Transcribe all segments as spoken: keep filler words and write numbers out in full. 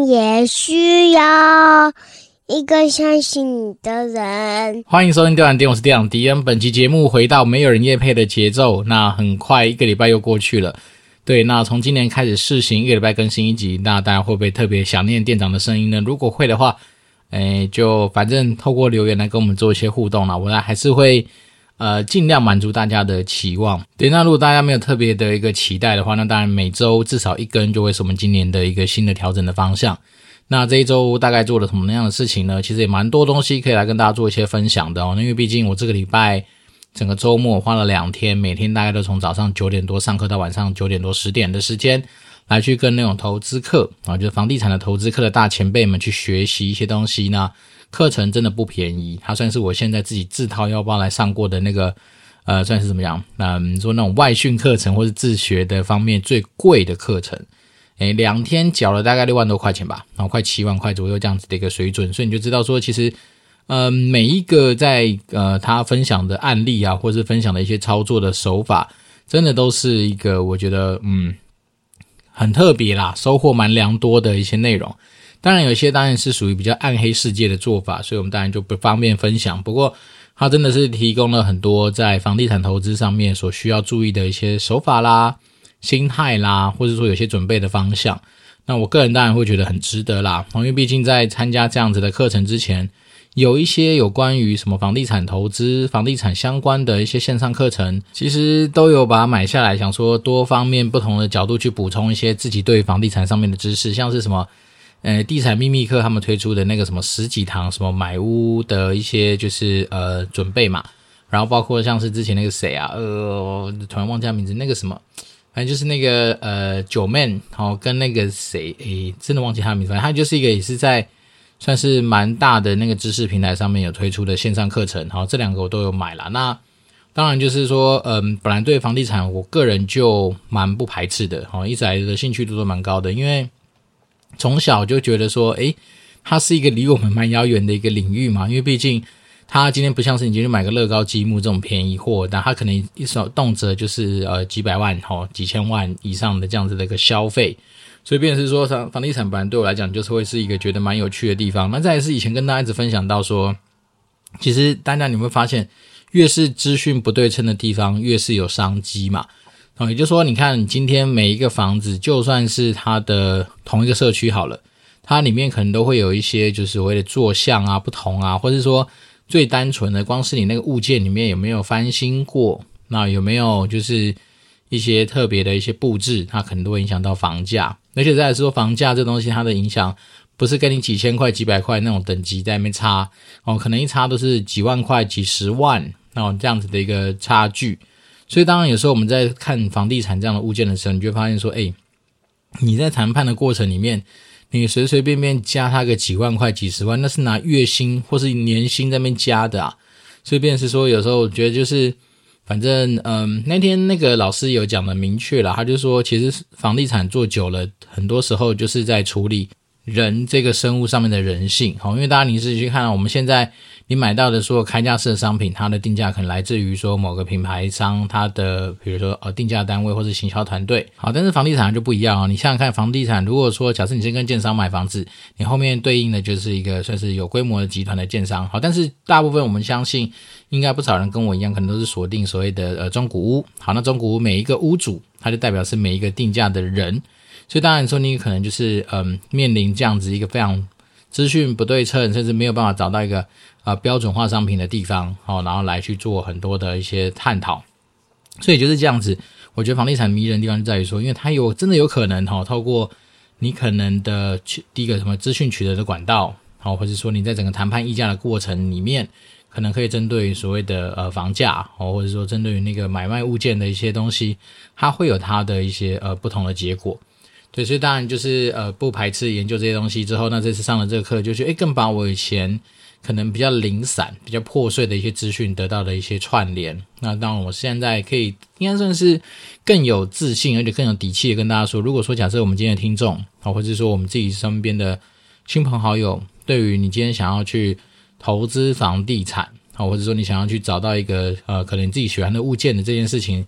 也需要一个相信你的人。 欢迎收听电玩店，我是店长迪恩。本期节目回到没有人业配的节奏，那很快一个礼拜又过去了。对，那从今年开始试行一个礼拜更新一集，那大家会不会特别想念店长的声音呢？如果会的话，诶，就反正透过留言来跟我们做一些互动啦，我还是会呃尽量满足大家的期望。对，那如果大家没有特别的一个期待的话，那当然每周至少一更就会是我们今年的一个新的调整的方向。那这一周大概做了什么样的事情呢？其实也蛮多东西可以来跟大家做一些分享的哦。因为毕竟我这个礼拜整个周末花了两天，每天大概都从早上九点多上课到晚上九点多十点的时间，来去跟那种投资客啊，就是房地产的投资客的大前辈们去学习一些东西。那课程真的不便宜，它算是我现在自己自掏腰包来上过的那个呃，算是怎么样？嗯，说那种外训课程或是自学的方面最贵的课程。诶，两天缴了大概六万多块钱吧，然后快七万块左右这样子的一个水准，所以你就知道说，其实，呃，每一个在呃他分享的案例啊，或是分享的一些操作的手法，真的都是一个我觉得嗯很特别啦，收获蛮良多的一些内容。当然有些当然是属于比较暗黑世界的做法，所以我们当然就不方便分享。不过它真的是提供了很多在房地产投资上面所需要注意的一些手法啦、心态啦，或者说有些准备的方向。那我个人当然会觉得很值得啦，因为毕竟在参加这样子的课程之前，有一些有关于什么房地产投资、房地产相关的一些线上课程，其实都有把它买下来，想说多方面不同的角度去补充一些自己对房地产上面的知识，像是什么呃，地产秘密课他们推出的那个什么十几堂什么买屋的一些就是呃准备嘛，然后包括像是之前那个谁啊，呃，突然忘记他名字，那个什么，反正就是那个呃九妹，好、哦、跟那个谁，诶，真的忘记他的名字，反正他就是一个也是在算是蛮大的那个知识平台上面有推出的线上课程，好、哦，这两个我都有买啦。那当然就是说，嗯，本来对房地产我个人就蛮不排斥的，好、哦，一直来的兴趣度都蛮高的，因为从小就觉得说，诶，它是一个离我们蛮遥远的一个领域嘛，因为毕竟它今天不像是你今天买个乐高积木这种便宜货，但它可能一手动辄就是呃几百万、哦、几千万以上的这样子的一个消费，所以变成是说房房地产本来对我来讲就是会是一个觉得蛮有趣的地方。那再来是以前跟大家一直分享到说，其实大家你会发现，越是资讯不对称的地方，越是有商机嘛。哦，也就是说，你看，你今天每一个房子，就算是它的同一个社区好了，它里面可能都会有一些就是所谓的坐向啊不同啊，或者说最单纯的，光是你那个物件里面有没有翻新过，那有没有就是一些特别的一些布置，它可能都会影响到房价。而且再来说，房价这东西它的影响不是跟你几千块几百块那种等级在那边差哦，可能一差都是几万块几十万哦这样子的一个差距。所以当然有时候我们在看房地产这样的物件的时候，你就会发现说，诶，你在谈判的过程里面，你随随便便加它个几万块几十万，那是拿月薪或是年薪在那边加的啊。所以变成是说有时候我觉得就是反正嗯，那天那个老师有讲的明确啦，他就说其实房地产做久了，很多时候就是在处理人这个生物上面的人性。因为大家你自己去看，我们现在你买到的所有开价式的商品，它的定价可能来自于说某个品牌商它的比如说呃定价单位或是行销团队。好，但是房地产就不一样哦。你想想看，房地产如果说假设你先跟建商买房子，你后面对应的就是一个算是有规模的集团的建商。好，但是大部分我们相信应该不少人跟我一样，可能都是锁定所谓的呃中古屋。好，那中古屋每一个屋主，它就代表是每一个定价的人。所以当然说你可能就是嗯面临这样子一个非常资讯不对称，甚至没有办法找到一个呃标准化商品的地方，哦，然后来去做很多的一些探讨。所以就是这样子，我觉得房地产迷人的地方就在于说，因为它有真的有可能哦，透过你可能的第一个什么资讯取得的管道，哦，或者说你在整个谈判议价的过程里面，可能可以针对于所谓的呃房价，哦，或者说针对于那个买卖物件的一些东西，它会有它的一些呃不同的结果。对，所以当然就是呃不排斥研究这些东西之后，那这次上了这个课，就觉得诶更把我以前可能比较零散、比较破碎的一些资讯得到的一些串联。那当然我现在可以应该算是更有自信，而且更有底气的跟大家说，如果说假设我们今天的听众，或者说我们自己身边的亲朋好友，对于你今天想要去投资房地产，或者说你想要去找到一个呃可能你自己喜欢的物件的这件事情，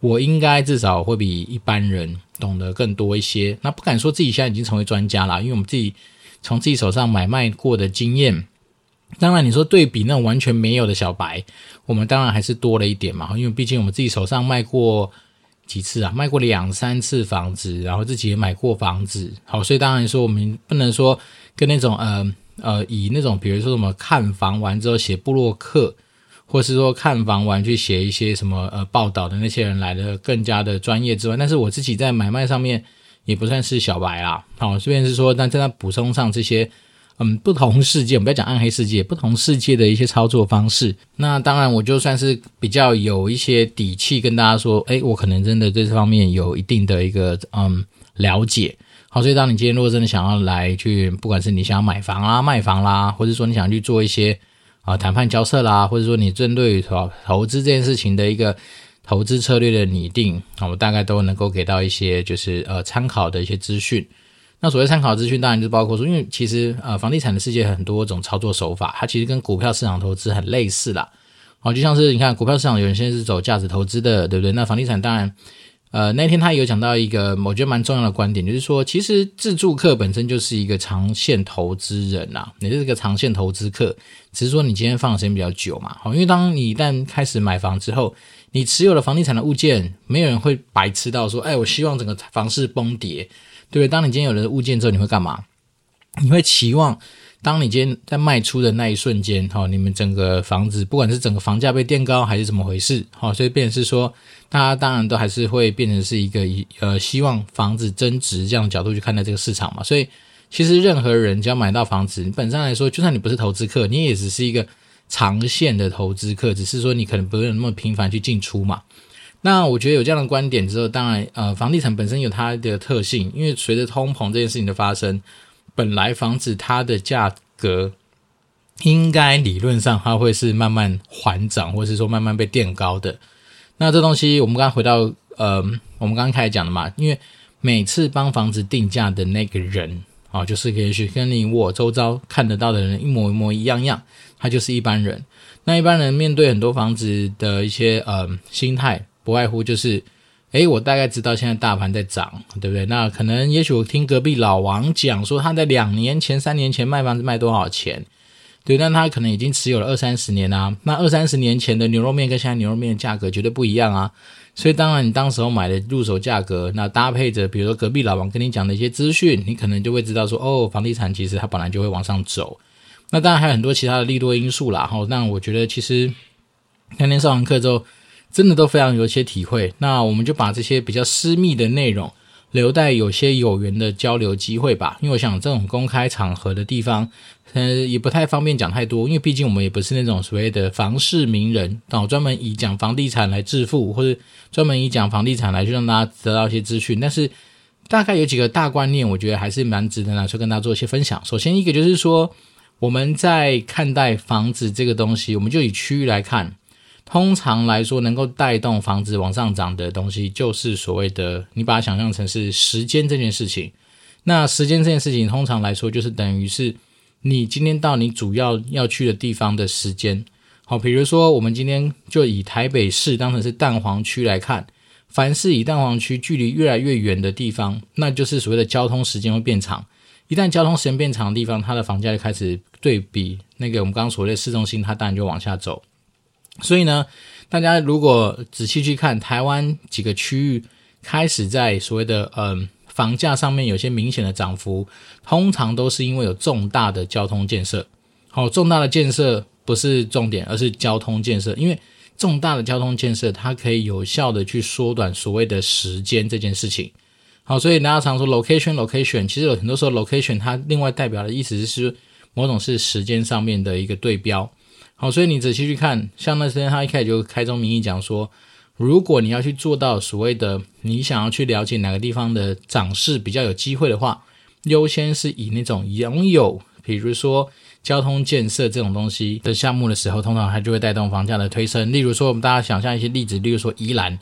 我应该至少会比一般人懂得更多一些。那不敢说自己现在已经成为专家啦，因为我们自己从自己手上买卖过的经验，当然你说对比那种完全没有的小白，我们当然还是多了一点嘛，因为毕竟我们自己手上卖过几次啊，卖过两三次房子，然后自己也买过房子，好，所以当然说我们不能说跟那种呃呃以那种比如说什么看房完之后写部落客，或是说看房完去写一些什么呃报道的那些人来的更加的专业之外，但是我自己在买卖上面也不算是小白啦。好，这边是说但在它补充上这些嗯不同世界，我们不要讲暗黑世界，不同世界的一些操作方式。那当然我就算是比较有一些底气跟大家说，诶我可能真的对这方面有一定的一个嗯了解。好，所以当你今天如果真的想要来去，不管是你想要买房啦卖房啦，或者说你想去做一些啊谈判交涉啦，或者说你针对于投资这件事情的一个投资策略的拟定，我们大概都能够给到一些就是呃参考的一些资讯。那所谓参考资讯当然就包括说，因为其实呃房地产的世界很多种操作手法，它其实跟股票市场投资很类似啦。好，就像是你看股票市场有人现在是走价值投资的，对不对？那房地产当然呃，那天他有讲到一个我觉得蛮重要的观点，就是说其实自住客本身就是一个长线投资人啊，你是一个长线投资客，只是说你今天放的时间比较久嘛。好，因为当你一旦开始买房之后，你持有了房地产的物件，没有人会白痴到说，哎，我希望整个房市崩跌，对不对？当你今天有了物件之后，你会干嘛？你会期望当你今天在卖出的那一瞬间，齁，你们整个房子不管是整个房价被垫高还是怎么回事，齁，所以变成是说大家当然都还是会变成是一个呃希望房子增值这样的角度去看待这个市场嘛。所以其实任何人只要买到房子，你本身来说就算你不是投资客，你也只是一个长线的投资客，只是说你可能不会那么频繁去进出嘛。那我觉得有这样的观点之后，当然呃房地产本身有它的特性，因为随着通膨这件事情的发生，本来房子它的价格应该理论上它会是慢慢缓涨，或是说慢慢被垫高的。那这东西我们刚刚回到呃我们刚刚开始讲的嘛，因为每次帮房子定价的那个人啊，就是也许跟你我周遭看得到的人一模一模一样样，他就是一般人。那一般人面对很多房子的一些呃心态，不外乎就是诶我大概知道现在大盘在涨，对不对？那可能也许我听隔壁老王讲说他在两年前三年前卖房子卖多少钱，对，但他可能已经持有了二三十年啊，那二三十年前的牛肉面跟现在牛肉面的价格绝对不一样啊，所以当然你当时候买的入手价格，那搭配着比如说隔壁老王跟你讲的一些资讯，你可能就会知道说哦，房地产其实它本来就会往上走。那当然还有很多其他的利多因素啦，那我觉得其实那天上完课之后真的都非常有一些体会，那我们就把这些比较私密的内容留待有些有缘的交流机会吧，因为我想这种公开场合的地方呃，也不太方便讲太多，因为毕竟我们也不是那种所谓的房市名人，哦，专门以讲房地产来致富，或者专门以讲房地产来去让大家得到一些资讯，但是大概有几个大观念我觉得还是蛮值得拿出跟大家做一些分享。首先一个就是说我们在看待房子这个东西，我们就以区域来看，通常来说能够带动房子往上涨的东西就是所谓的你把它想象成是时间这件事情。那时间这件事情通常来说就是等于是你今天到你主要要去的地方的时间。好，比如说我们今天就以台北市当成是蛋黄区来看，凡是以蛋黄区距离越来越远的地方，那就是所谓的交通时间会变长。一旦交通时间变长的地方，它的房价就开始对比那个我们刚刚所谓的市中心，它当然就往下走。所以呢，大家如果仔细去看台湾几个区域开始在所谓的嗯房价上面有些明显的涨幅，通常都是因为有重大的交通建设。好，重大的建设不是重点，而是交通建设，因为重大的交通建设它可以有效的去缩短所谓的时间这件事情。好，所以大家常说 location location， 其实有很多时候 location 它另外代表的意思是某种是时间上面的一个对标。好，所以你仔细去看，像那时间他一开始就开宗明义讲说，如果你要去做到所谓的你想要去了解哪个地方的涨势比较有机会的话，优先是以那种拥有比如说交通建设这种东西的项目的时候，通常它就会带动房价的推升。例如说我们大家想象一些例子，例如说宜兰，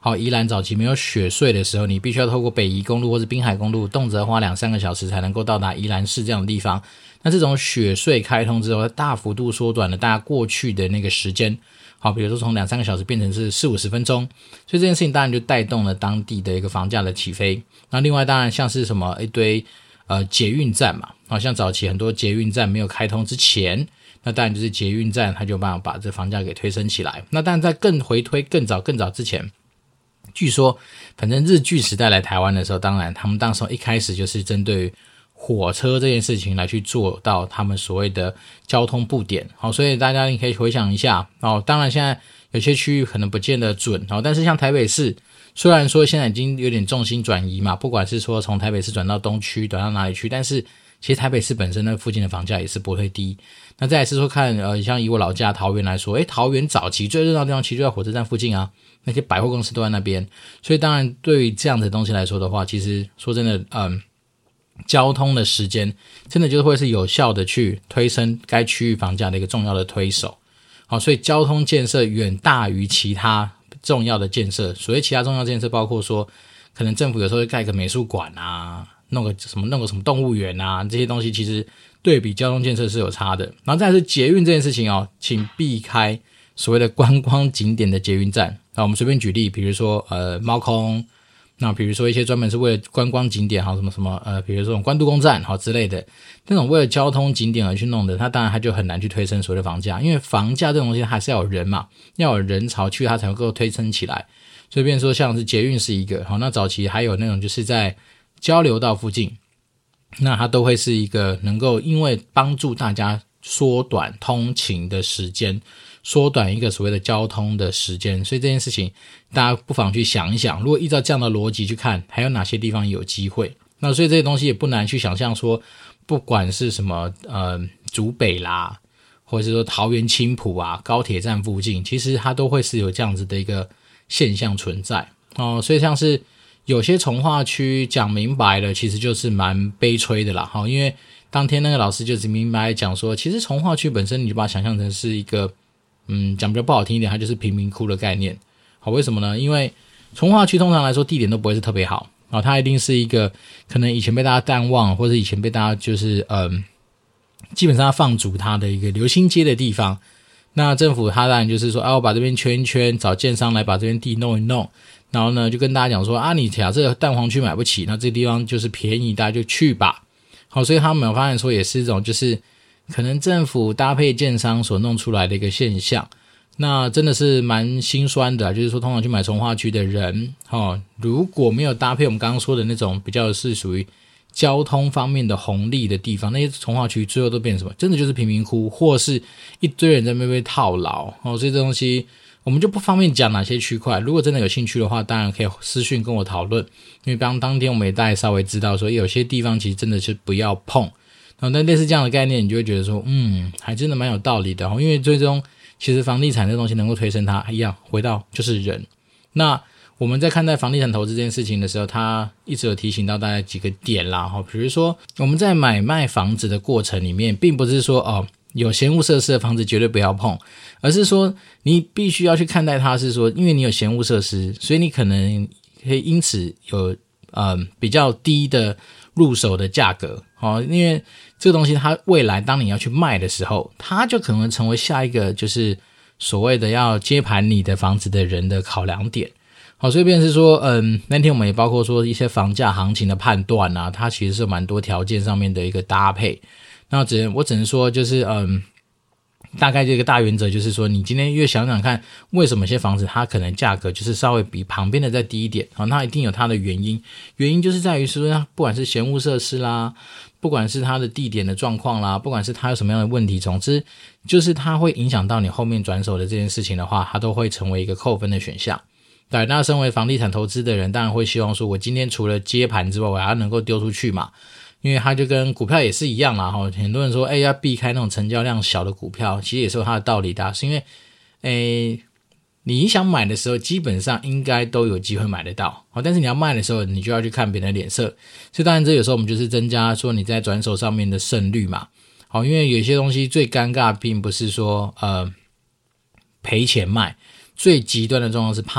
好，宜兰早期没有雪隧的时候，你必须要透过北宜公路或是滨海公路，动辄花两三个小时才能够到达宜兰市这样的地方。那这种雪隧开通之后，大幅度缩短了大家过去的那个时间。好，比如说从两三个小时变成是四五十分钟，所以这件事情当然就带动了当地的一个房价的起飞。那另外当然像是什么一堆呃捷运站嘛，好像早期很多捷运站没有开通之前，那当然就是捷运站它就有办法把这房价给推升起来。那当然在更回推更早更早之前，据说反正日据时代来台湾的时候，当然他们当时候一开始就是针对火车这件事情来去做到他们所谓的交通布点。好，所以大家你可以回想一下哦，当然现在有些区域可能不见得准哦，但是像台北市虽然说现在已经有点重心转移嘛，不管是说从台北市转到东区转到哪里去，但是其实台北市本身那附近的房价也是不会低。那再来是说看呃，像以我老家桃园来说，诶桃园早期最热闹的地方其实就在火车站附近啊，那些百货公司都在那边，所以当然对于这样的东西来说的话，其实说真的嗯。交通的时间真的就会是有效的去推升该区域房价的一个重要的推手。好，所以交通建设远大于其他重要的建设。所谓其他重要建设包括说可能政府有时候会盖个美术馆啊，弄个什么弄个什么动物园啊，这些东西其实对比交通建设是有差的。然后再来是捷运这件事情哦，请避开所谓的观光景点的捷运站。那我们随便举例，比如说呃猫空，那比如说一些专门是为了观光景点，好什么什么呃，比如说这种关渡公站好之类的，那种为了交通景点而去弄的，它当然它就很难去推升所谓的房价，因为房价这种东西还是要有人嘛，要有人潮去它才能够推升起来。所以变成说像是捷运是一个好，那早期还有那种就是在交流道附近，那它都会是一个能够因为帮助大家缩短通勤的时间，缩短一个所谓的交通的时间，所以这件事情大家不妨去想一想，如果依照这样的逻辑去看，还有哪些地方有机会。那所以这些东西也不难去想象说，不管是什么呃竹北啦，或者是说桃园青埔啊，高铁站附近，其实它都会是有这样子的一个现象存在哦。所以像是有些从化区讲明白了，其实就是蛮悲催的啦。因为当天那个老师就是明白讲说，其实从化区本身你就把它想象成是一个嗯，讲比较不好听一点，它就是贫民窟的概念。好，为什么呢？因为从化区通常来说地点都不会是特别好，哦，它一定是一个可能以前被大家淡忘，或者以前被大家就是嗯，基本上要放逐它的一个流行街的地方。那政府它当然就是说，啊，我把这边圈一圈，找建商来把这边地弄一弄，然后呢就跟大家讲说，啊，你假设蛋黄区买不起，那这个地方就是便宜，大家就去吧。好，所以他们有发现说，也是一种就是可能政府搭配建商所弄出来的一个现象。那真的是蛮心酸的，就是说通常去买从化区的人，哦，如果没有搭配我们刚刚说的那种比较是属于交通方面的红利的地方，那些从化区最后都变成什么？真的就是贫民窟，或是一堆人在那边被套牢。哦，所以这东西我们就不方便讲哪些区块，如果真的有兴趣的话，当然可以私讯跟我讨论，因为当当天我们也大概稍微知道说有些地方其实真的是不要碰。然后那类似这样的概念，你就会觉得说嗯，还真的蛮有道理的。因为最终其实房地产这东西能够推升它，一样回到就是人。那我们在看待房地产投资这件事情的时候，他一直有提醒到大家几个点啦，比如说我们在买卖房子的过程里面，并不是说哦有嫌恶设施的房子绝对不要碰，而是说你必须要去看待它是说，因为你有嫌恶设施，所以你可能可以因此有呃比较低的入手的价格。哦，因为这个东西它未来当你要去卖的时候，它就可能成为下一个就是所谓的要接盘你的房子的人的考量点。好，所以变成是说嗯，那天我们也包括说一些房价行情的判断啊，它其实是蛮多条件上面的一个搭配。那只能我只能说就是嗯，大概这个大原则就是说，你今天越想想看为什么一些房子它可能价格就是稍微比旁边的再低一点，好，那一定有它的原因，原因就是在于说不管是嫌恶设施啦，不管是它的地点的状况啦，不管是它有什么样的问题，总之就是它会影响到你后面转手的这件事情的话，它都会成为一个扣分的选项。对，那身为房地产投资的人，当然会希望说我今天除了接盘之外，我还要能够丢出去嘛，因为它就跟股票也是一样啦，很多人说诶要避开那种成交量小的股票，其实也是有它的道理的，是因为诶你想买的时候基本上应该都有机会买得到，但是你要卖的时候你就要去看别人的脸色，所以当然这有时候我们就是增加说你在转手上面的胜率嘛。好，因为有些东西最尴尬并不是说呃赔钱卖，最极端的状况是怕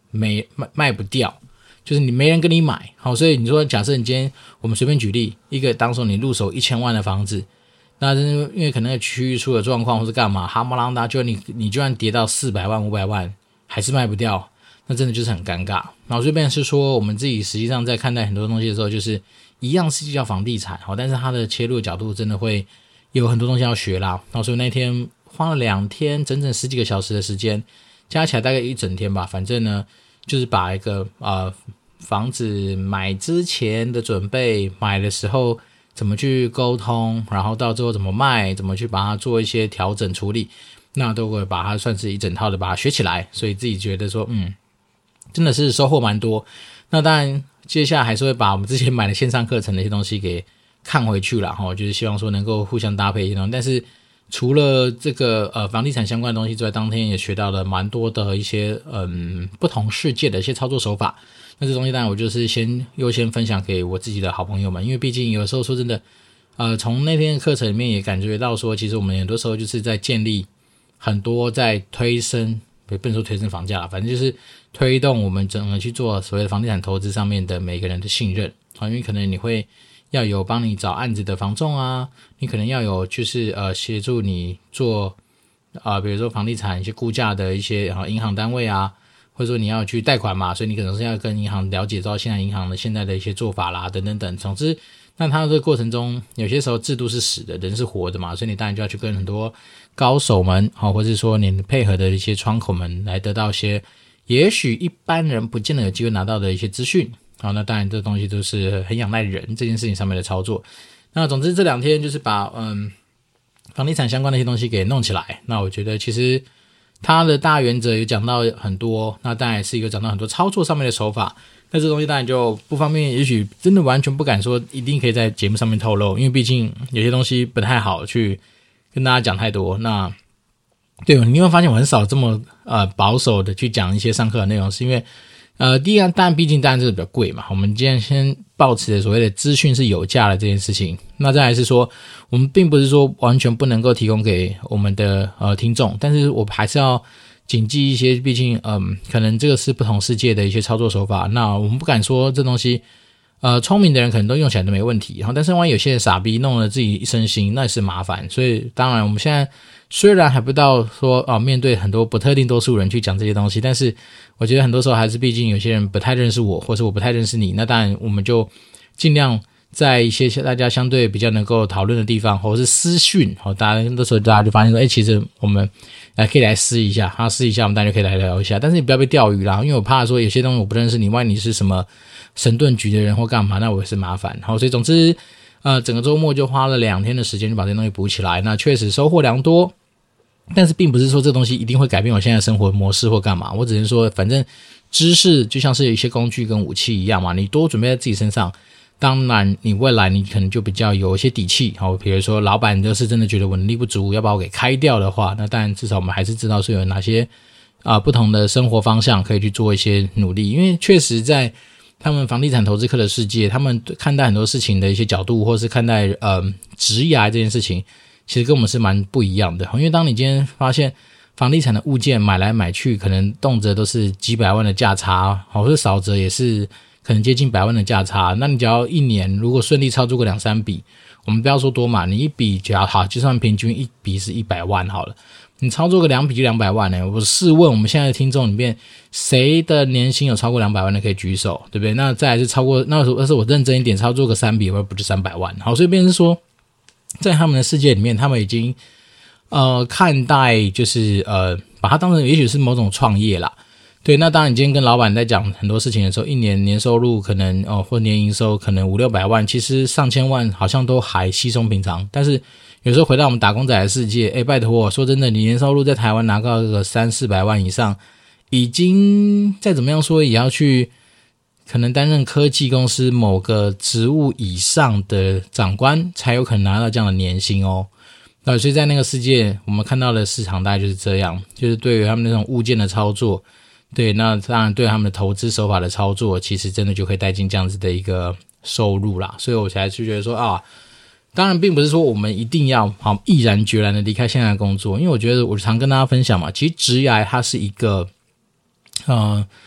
没卖卖不掉，就是你没人跟你买。好，所以你说假设你今天我们随便举例，一个当时你入手一千万的房子，那因为可能那个区域出了状况或是干嘛，哈姆浪达就你你就算跌到四百万五百万还是卖不掉，那真的就是很尴尬。然后这边是说我们自己实际上在看待很多东西的时候，就是一样是叫房地产，好，但是它的切入的角度真的会有很多东西要学啦。然后所以那天花了两天整整十几个小时的时间，加起来大概一整天吧，反正呢就是把一个呃房子买之前的准备，买的时候怎么去沟通，然后到最后怎么卖，怎么去把它做一些调整处理，那都会把它算是一整套的把它学起来。所以自己觉得说嗯真的是收获蛮多。那当然接下来还是会把我们之前买的线上课程的一些东西给看回去啦，就是希望说能够互相搭配一些东西。但是除了这个呃房地产相关的东西之外，当天也学到了蛮多的一些嗯不同世界的一些操作手法。那这东西当然我就是先优先分享给我自己的好朋友们，因为毕竟有时候说真的呃从那天的课程里面也感觉到说，其实我们很多时候就是在建立很多在推升，不能说推升房价啦，反正就是推动我们整个去做所谓的房地产投资上面的每个人的信任。因为可能你会要有帮你找案子的房仲啊，你可能要有就是呃协助你做啊、呃，比如说房地产一些估价的一些呃银行单位啊，或者说你要去贷款嘛，所以你可能是要跟银行了解到现在银行的现在的一些做法啦，等等等。总之，那它这个过程中，有些时候制度是死的，人是活的嘛，所以你当然就要去跟很多高手们，好、哦，或者说你配合的一些窗口们来得到一些也许一般人不见得有机会拿到的一些资讯。好，那当然这东西都是很仰赖人这件事情上面的操作。那总之这两天就是把嗯房地产相关的一些东西给弄起来。那我觉得其实它的大原则有讲到很多，那当然是有讲到很多操作上面的手法。那这东西当然就不方便，也许真的完全不敢说一定可以在节目上面透露，因为毕竟有些东西不太好去跟大家讲太多。那对，你会发现我很少这么呃保守的去讲一些上课的内容，是因为呃，第一个当然毕竟当然这个比较贵嘛，我们今天先抱持的所谓的资讯是有价的这件事情。那再来是说我们并不是说完全不能够提供给我们的呃听众，但是我还是要谨记一些，毕竟嗯，可能这个是不同世界的一些操作手法。那我们不敢说这东西呃，聪明的人可能都用起来都没问题，然后但是万一有些傻逼弄了自己一身腥，那也是麻烦。所以当然我们现在虽然还不到说啊、呃，面对很多不特定多数人去讲这些东西，但是我觉得很多时候还是毕竟有些人不太认识我，或是我不太认识你，那当然我们就尽量在一些大家相对比较能够讨论的地方，或者是私讯，好，大家那时候大家就发现说，哎，其实我们来可以来私一下，他私一下，我们大家就可以来聊一下，但是你不要被钓鱼啦，因为我怕说有些东西我不认识你，万一你是什么神盾局的人或干嘛，那我也是麻烦。好，所以总之，呃，整个周末就花了两天的时间就把这些东西补起来，那确实收获良多。但是并不是说这东西一定会改变我现在的生活模式或干嘛，我只能说反正知识就像是有一些工具跟武器一样嘛，你多准备在自己身上，当然你未来你可能就比较有一些底气。好，比如说老板就是真的觉得我能力不足要把我给开掉的话，那当然至少我们还是知道是有哪些啊、呃、不同的生活方向可以去做一些努力。因为确实在他们房地产投资客的世界，他们看待很多事情的一些角度，或是看待呃职涯这件事情，其实跟我们是蛮不一样的。因为当你今天发现房地产的物件买来买去可能动辄都是几百万的价差，或者少则也是可能接近百万的价差，那你只要一年如果顺利操作个两三笔，我们不要说多嘛，你一笔只要好，就算平均一笔是一百万好了，你操作个两笔就两百万呢。我试问我们现在的听众里面谁的年薪有超过两百万的可以举手，对不对？那再来是超过，那要是我认真一点操作个三笔，我不就三百万。好，所以变成是说在他们的世界里面，他们已经呃看待就是呃把它当成也许是某种创业啦。对，那当然你今天跟老板在讲很多事情的时候，一年年收入可能哦或年营收可能五六百万，其实上千万好像都还稀松平常。但是有时候回到我们打工仔的世界，诶拜托，说真的，你年收入在台湾拿到个三四百万以上，已经再怎么样说也要去可能担任科技公司某个职务以上的长官才有可能拿到这样的年薪哦。那所以在那个世界我们看到的市场大概就是这样，就是对于他们那种物件的操作，对，那当然对他们的投资手法的操作，其实真的就可以带进这样子的一个收入啦。所以我才去觉得说啊，当然并不是说我们一定要好毅然决然的离开现在的工作，因为我觉得我常跟大家分享嘛，其实职涯它是一个呃，我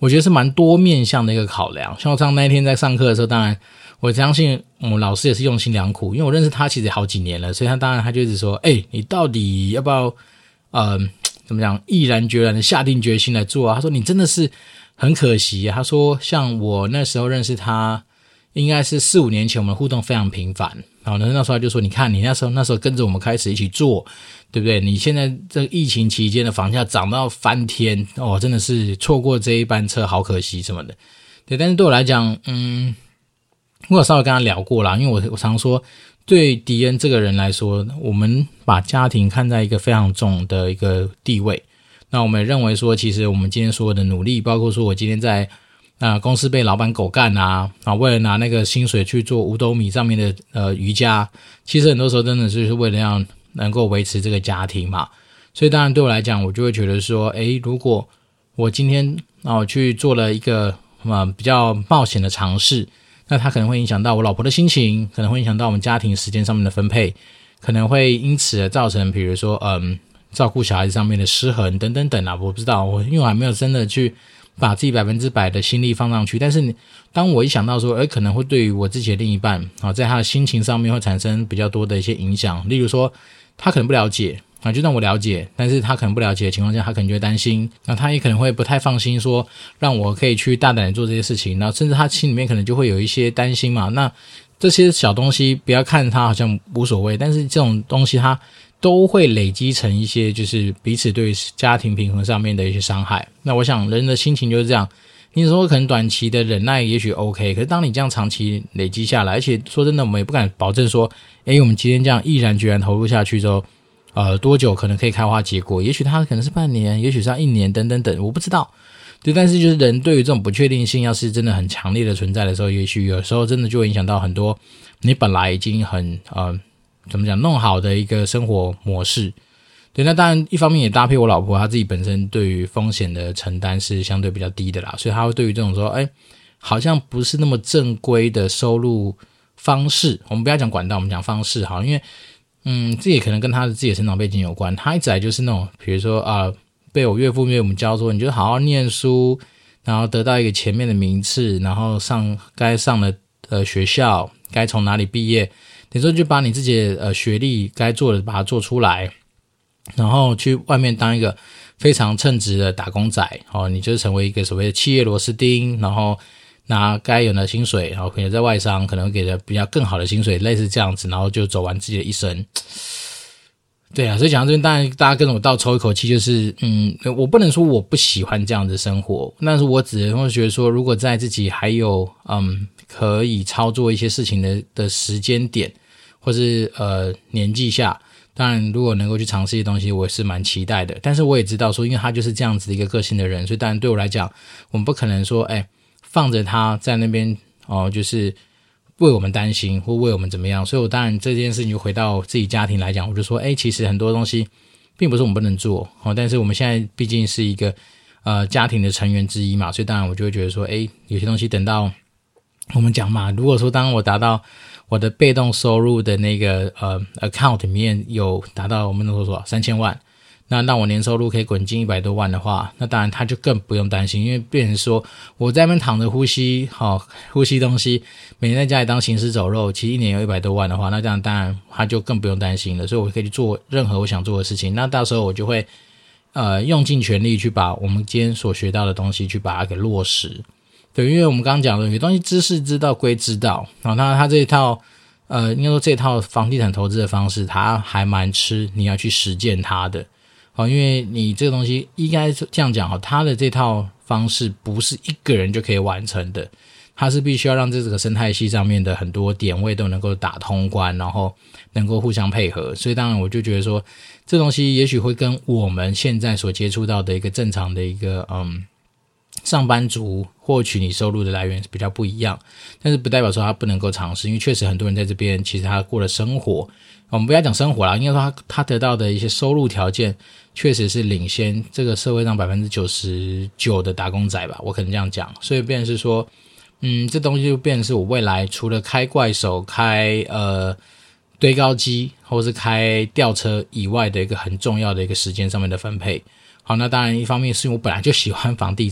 我觉得是蛮多面向的一个考量。像我上那一天在上课的时候，当然我相信我们老师也是用心良苦，因为我认识他其实好几年了，所以他当然他就一直说，哎、欸，你到底要不要呃怎么讲，毅然决然的下定决心来做啊？他说你真的是很可惜啊。他说像我那时候认识他应该是四五年前，我们互动非常频繁，然后那时候他就说，你看你那时候那时候跟着我们开始一起做，对不对？你现在这个疫情期间的房价涨到翻天哦，真的是错过这一班车好可惜什么的。对，但是对我来讲，嗯，我有稍微跟他聊过啦，因为我我常说，对迪恩这个人来说，我们把家庭看在一个非常重的一个地位。那我们也认为说，其实我们今天所有的努力，包括说我今天在呃公司被老板狗干啊，啊为了拿那个薪水去做五斗米上面的呃瑜伽，其实很多时候真的是为了要能够维持这个家庭嘛。所以当然对我来讲，我就会觉得说，诶，如果我今天啊、呃、去做了一个呃比较冒险的尝试，那它可能会影响到我老婆的心情，可能会影响到我们家庭时间上面的分配，可能会因此而造成比如说嗯照顾小孩子上面的失衡等等等啊，我不知道，我因为我还没有真的去把自己百分之百的心力放上去，但是当我一想到说，诶，可能会对于我自己的另一半啊，在他的心情上面会产生比较多的一些影响，例如说他可能不了解啊，就让我了解，但是他可能不了解的情况下，他可能就会担心，那他也可能会不太放心说让我可以去大胆的做这些事情，然后甚至他心里面可能就会有一些担心嘛。那这些小东西不要看他好像无所谓，但是这种东西它都会累积成一些就是彼此对家庭平衡上面的一些伤害。那我想人的心情就是这样，你说可能短期的忍耐也许 OK， 可是当你这样长期累积下来，而且说真的我们也不敢保证说诶我们今天这样毅然决然投入下去之后呃多久可能可以开花结果，也许它可能是半年，也许是要一年等等等，我不知道。对，但是就是人对于这种不确定性要是真的很强烈的存在的时候，也许有时候真的就会影响到很多你本来已经很呃怎么讲弄好的一个生活模式。对，那当然一方面也搭配我老婆她自己本身对于风险的承担是相对比较低的啦，所以她会对于这种说诶好像不是那么正规的收入方式，我们不要讲管道，我们讲方式好，因为嗯这也可能跟她的自己的成长背景有关。她一直来就是那种比如说啊、呃、被我岳父岳母教说你就好好念书，然后得到一个前面的名次，然后上该上的呃学校，该从哪里毕业，等于说就把你自己的呃学历该做的把它做出来，然后去外面当一个非常称职的打工仔哦，你就是成为一个所谓的企业螺丝钉，然后拿该有的薪水，然后可能在外商可能会给的比较更好的薪水，类似这样子，然后就走完自己的一生。对啊，所以讲到这边，当然大家跟我倒抽一口气，就是嗯，我不能说我不喜欢这样的生活，但是我只能会觉得说，如果在自己还有嗯可以操作一些事情的的时间点，或是呃年纪下，当然如果能够去尝试一些东西，我是蛮期待的。但是我也知道说，因为他就是这样子的一个个性的人，所以当然对我来讲，我们不可能说，哎，放着他在那边哦，就是为我们担心或为我们怎么样。所以我当然这件事情就回到自己家庭来讲，我就说诶其实很多东西并不是我们不能做、哦、但是我们现在毕竟是一个呃家庭的成员之一嘛，所以当然我就会觉得说诶有些东西等到我们讲嘛，如果说当我达到我的被动收入的那个呃 account 里面有达到我们能说说三千万，那让我年收入可以滚进一百多万的话，那当然他就更不用担心，因为变成说我在那边躺着呼吸好、哦、呼吸东西，每天在家里当行尸走肉，其实一年有一百多万的话，那这样当然他就更不用担心了，所以我可以去做任何我想做的事情。那到时候我就会呃用尽全力去把我们今天所学到的东西去把它给落实。对，因为我们刚刚讲的有些东西知识知道归知道，然后他他这一套呃应该说这套房地产投资的方式，他还蛮吃你要去实践它的。好，因为你这个东西应该这样讲，它的这套方式不是一个人就可以完成的，它是必须要让这个生态系上面的很多点位都能够打通关，然后能够互相配合。所以当然我就觉得说，这东西也许会跟我们现在所接触到的一个正常的一个嗯上班族获取你收入的来源是比较不一样，但是不代表说他不能够尝试，因为确实很多人在这边其实他过的生活，我们不要讲生活啦，应该说他他得到的一些收入条件确实是领先这个社会上 百分之九十九 的打工仔吧，我可能这样讲。所以变成是说嗯，这东西就变成是我未来除了开怪手开呃堆高机或是开吊车以外的一个很重要的一个时间上面的分配。好，那当然一方面是因为我本来就喜欢房地产，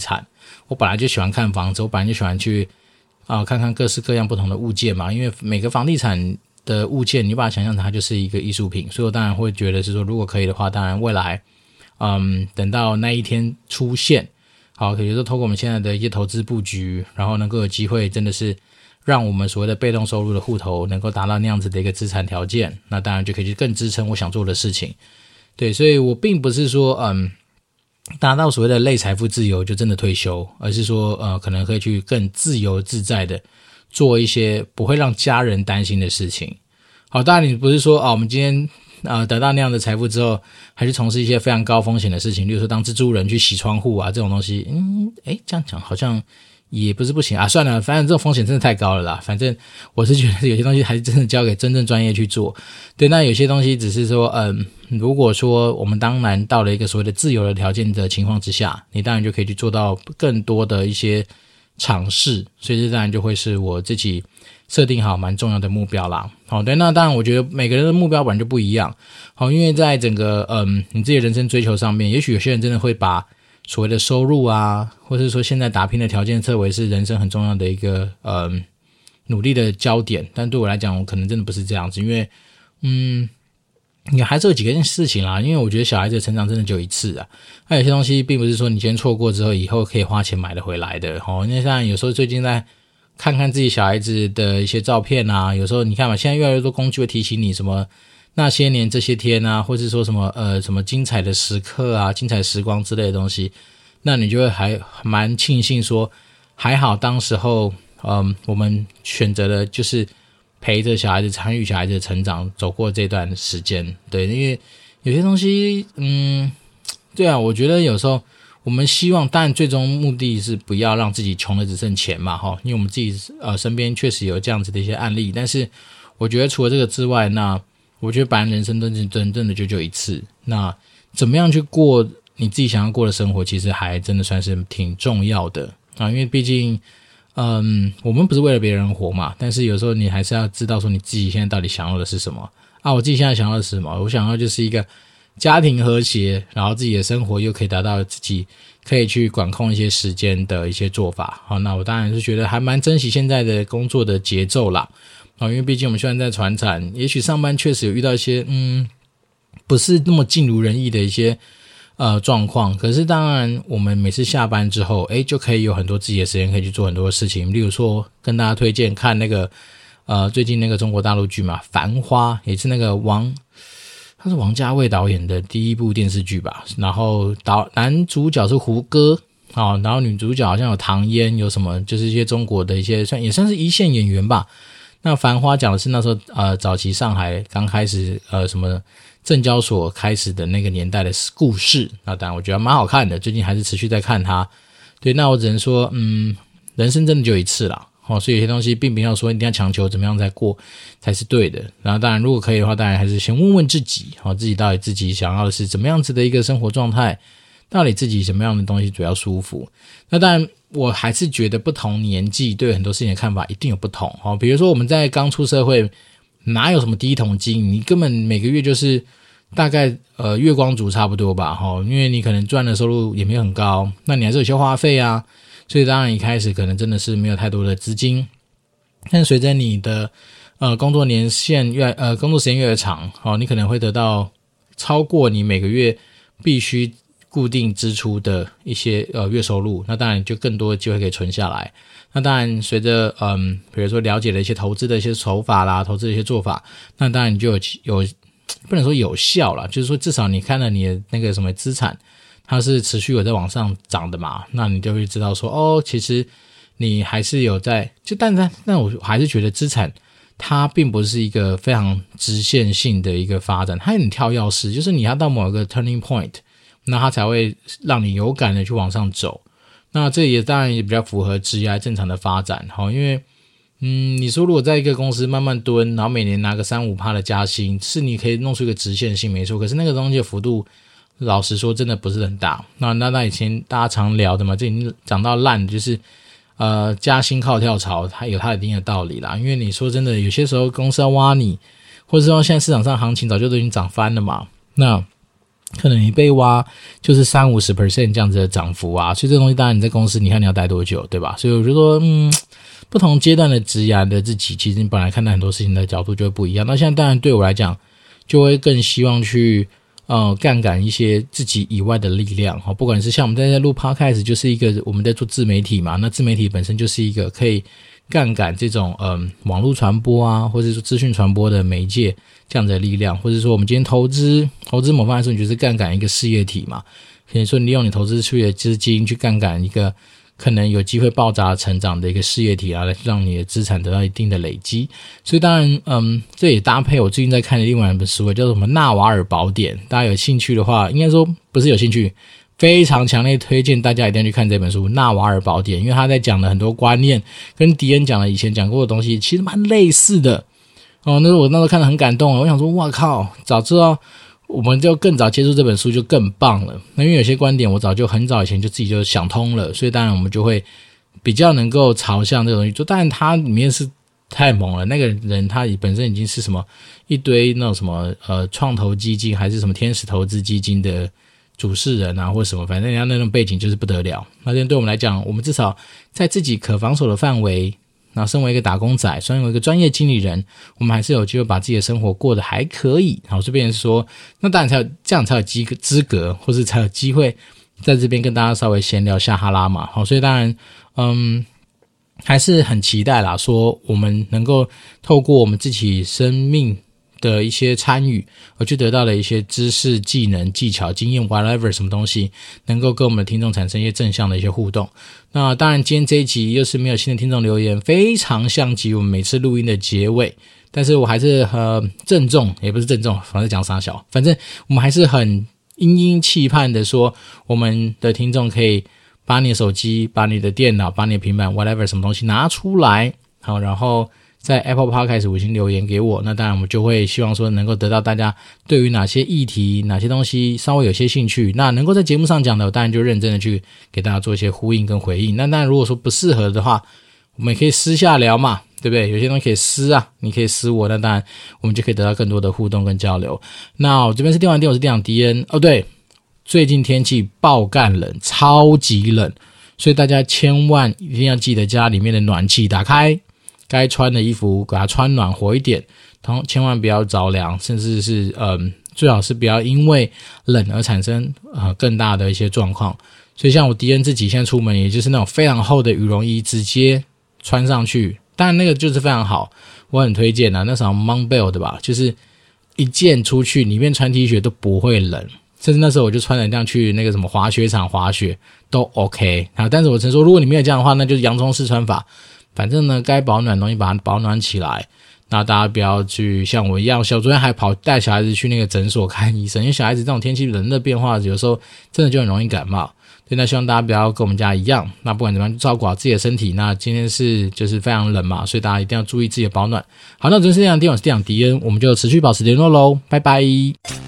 我本来就喜欢看房子，我本来就喜欢去啊、呃、看看各式各样不同的物件嘛，因为每个房地产的物件你把它想象成它就是一个艺术品，所以我当然会觉得是说如果可以的话，当然未来嗯等到那一天出现，好，比如说透过我们现在的一些投资布局，然后能够有机会真的是让我们所谓的被动收入的户头能够达到那样子的一个资产条件，那当然就可以去更支撑我想做的事情。对，所以我并不是说嗯达到所谓的类财富自由就真的退休，而是说呃可能可以去更自由自在的做一些不会让家人担心的事情。好，当然你不是说啊、哦、我们今天呃得到那样的财富之后还去从事一些非常高风险的事情，例如说当蜘蛛人去洗窗户啊这种东西，嗯诶这样讲好像也不是不行啊，算了，反正这种风险真的太高了啦。反正我是觉得有些东西还是真的交给真正专业去做。对，那有些东西只是说，嗯，如果说我们当然到了一个所谓的自由的条件的情况之下，你当然就可以去做到更多的一些尝试。所以这当然就会是我自己设定好蛮重要的目标啦。好，对，那当然我觉得每个人的目标本来就不一样。好，因为在整个嗯你自己的人生追求上面，也许有些人真的会把所谓的收入啊，或是说现在打拼的条件设为是人生很重要的一个呃努力的焦点，但对我来讲我可能真的不是这样子，因为嗯你还是有几件事情啦，因为我觉得小孩子的成长真的就一次啊，那有些东西并不是说你今天错过之后以后可以花钱买得回来的齁。因为像有时候最近在看看自己小孩子的一些照片啊，有时候你看嘛，现在越来越多工具会提醒你什么那些年这些天啊，或是说什么呃什么精彩的时刻啊，精彩时光之类的东西，那你就会还蛮庆幸说还好当时候嗯我们选择的就是陪着小孩子参与小孩子的成长，走过这段时间。对，因为有些东西嗯对啊，我觉得有时候我们希望当然最终目的是不要让自己穷的只剩钱嘛齁，因为我们自己呃身边确实有这样子的一些案例，但是我觉得除了这个之外，那我觉得本来人生真真正的就就一次，那怎么样去过你自己想要过的生活，其实还真的算是挺重要的啊。因为毕竟嗯我们不是为了别人活嘛，但是有时候你还是要知道说你自己现在到底想要的是什么啊。我自己现在想要的是什么？我想要就是一个家庭和谐，然后自己的生活又可以达到自己可以去管控一些时间的一些做法。好，那我当然是觉得还蛮珍惜现在的工作的节奏啦。因为毕竟我们现在在传产，也许上班确实有遇到一些嗯不是那么尽如人意的一些呃状况，可是当然我们每次下班之后诶就可以有很多自己的时间可以去做很多事情。例如说跟大家推荐看那个呃最近那个中国大陆剧嘛，繁花，也是那个王他是王家卫导演的第一部电视剧吧，然后导男主角是胡歌哦，然后女主角好像有唐嫣，有什么就是一些中国的一些算也算是一线演员吧。那繁花讲的是那时候呃早期上海刚开始呃什么证交所开始的那个年代的故事，那当然我觉得蛮好看的，最近还是持续在看它。对，那我只能说嗯人生真的就一次啦哦，所以有些东西并不要说一定要强求怎么样才过才是对的。然后当然如果可以的话，当然还是先问问自己哦，自己到底自己想要的是怎么样子的一个生活状态，到底自己什么样的东西主要舒服。那当然我还是觉得不同年纪对很多事情的看法一定有不同哦。比如说我们在刚出社会，哪有什么第一桶金，你根本每个月就是大概呃月光族差不多吧齁，因为你可能赚的收入也没有很高，那你还是有些花费啊，所以当然一开始可能真的是没有太多的资金。但随着你的呃工作年限越呃工作时间越来越长齁，你可能会得到超过你每个月必须固定支出的一些呃月收入，那当然就更多的机会可以存下来。那当然随着嗯比如说了解了一些投资的一些手法啦，投资的一些做法，那当然你就有有不能说有效啦，就是说至少你看了你的那个什么资产它是持续有在往上涨的嘛，那你就会知道说哦其实你还是有在就但是但我还是觉得资产它并不是一个非常直线性的一个发展，它有点跳跃式，就是你要到某一个 turning point，那它才会让你有感的去往上走。那这也当然也比较符合职业正常的发展齁，因为嗯，你说如果在一个公司慢慢蹲，然后每年拿个 百分之三到五 的加薪，是你可以弄出一个直线性没错，可是那个东西的幅度老实说真的不是很大。那那那以前大家常聊的嘛，这已经讲到烂的就是呃加薪靠跳槽，它有它一定的道理啦。因为你说真的有些时候公司要挖你，或者说现在市场上行情早就都已经涨翻了嘛，那可能你被挖就是三五十 percent 这样子的涨幅啊，所以这个东西当然你在公司你看你要待多久，对吧？所以我就说嗯，不同阶段的职涯的自己，其实你本来看待很多事情的角度就会不一样。那现在当然对我来讲，就会更希望去呃杠杆一些自己以外的力量，不管是像我们在在录 podcast 就是一个我们在做自媒体嘛，那自媒体本身就是一个可以杠杆这种嗯、呃、网络传播啊，或者说资讯传播的媒介这样的力量，或者说我们今天投资投资某方面来说，你就是杠杆一个事业体嘛，可以说你利用你投资出去的资金去杠杆一个可能有机会爆炸成长的一个事业体啊，来让你的资产得到一定的累积。所以当然嗯，这也搭配我最近在看的另外一本书，叫做什么纳瓦尔宝典，大家有兴趣的话，应该说不是有兴趣，非常强烈推荐大家一定要去看这本书《纳瓦尔宝典》，因为他在讲的很多观念跟迪恩讲的以前讲过的东西其实蛮类似的哦。那时候我那时候看得很感动，我想说哇靠，早知道我们就更早接触这本书就更棒了。那因为有些观点我早就很早以前就自己就想通了，所以当然我们就会比较能够朝向这个东西做。当然它里面是太猛了，那个人他本身已经是什么一堆那种什么呃创投基金还是什么天使投资基金的主事人啊或什么，反正人家那种背景就是不得了。那对我们来讲，我们至少在自己可防守的范围，那身为一个打工仔，身为一个专业经理人，我们还是有机会把自己的生活过得还可以。好，这边说那当然才有这样才有资格或是才有机会在这边跟大家稍微闲聊下哈拉嘛。好，所以当然嗯还是很期待啦，说我们能够透过我们自己生命的一些参与，而去得到了一些知识、技能、技巧、经验 whatever 什么东西，能够跟我们的听众产生一些正向的一些互动。那当然今天这一集又是没有新的听众留言，非常像极我们每次录音的结尾，但是我还是呃郑重，也不是郑重，反正讲傻小，反正我们还是很殷殷期盼的说，我们的听众可以把你的手机、把你的电脑、把你的平板 whatever 什么东西拿出来，好，然后在 Apple Podcast 五星留言给我，那当然我们就会希望说能够得到大家对于哪些议题哪些东西稍微有些兴趣，那能够在节目上讲的，我当然就认真的去给大家做一些呼应跟回应。那当然如果说不适合的话，我们也可以私下聊嘛，对不对？有些东西可以私啊，你可以私我，那当然我们就可以得到更多的互动跟交流。那我这边是电玩店，我是店长迪恩。哦对，最近天气爆干冷，超级冷，所以大家千万一定要记得家里面的暖气打开，该穿的衣服给它穿暖和一点，千万不要着凉，甚至是嗯，最好是不要因为冷而产生呃更大的一些状况。所以像我迪恩自己现在出门，也就是那种非常厚的羽绒衣直接穿上去，当然那个就是非常好，我很推荐啊，那是 Montbell 的吧，就是一件出去里面穿 T 恤都不会冷，甚至那时候我就穿了这样去那个什么滑雪场滑雪都 OK。 好，但是我曾说如果你没有这样的话，那就是洋葱式穿法，反正呢该保暖的东西把它保暖起来，那大家不要去像我一样，小昨天还跑带小孩子去那个诊所看医生，因为小孩子这种天气冷的变化有时候真的就很容易感冒。所以那希望大家不要跟我们家一样，那不管怎么样照顾好自己的身体。那今天是就是非常冷嘛，所以大家一定要注意自己的保暖。好，那我这是这样的电话，我是店长迪恩，我们就持续保持联络咯，拜拜。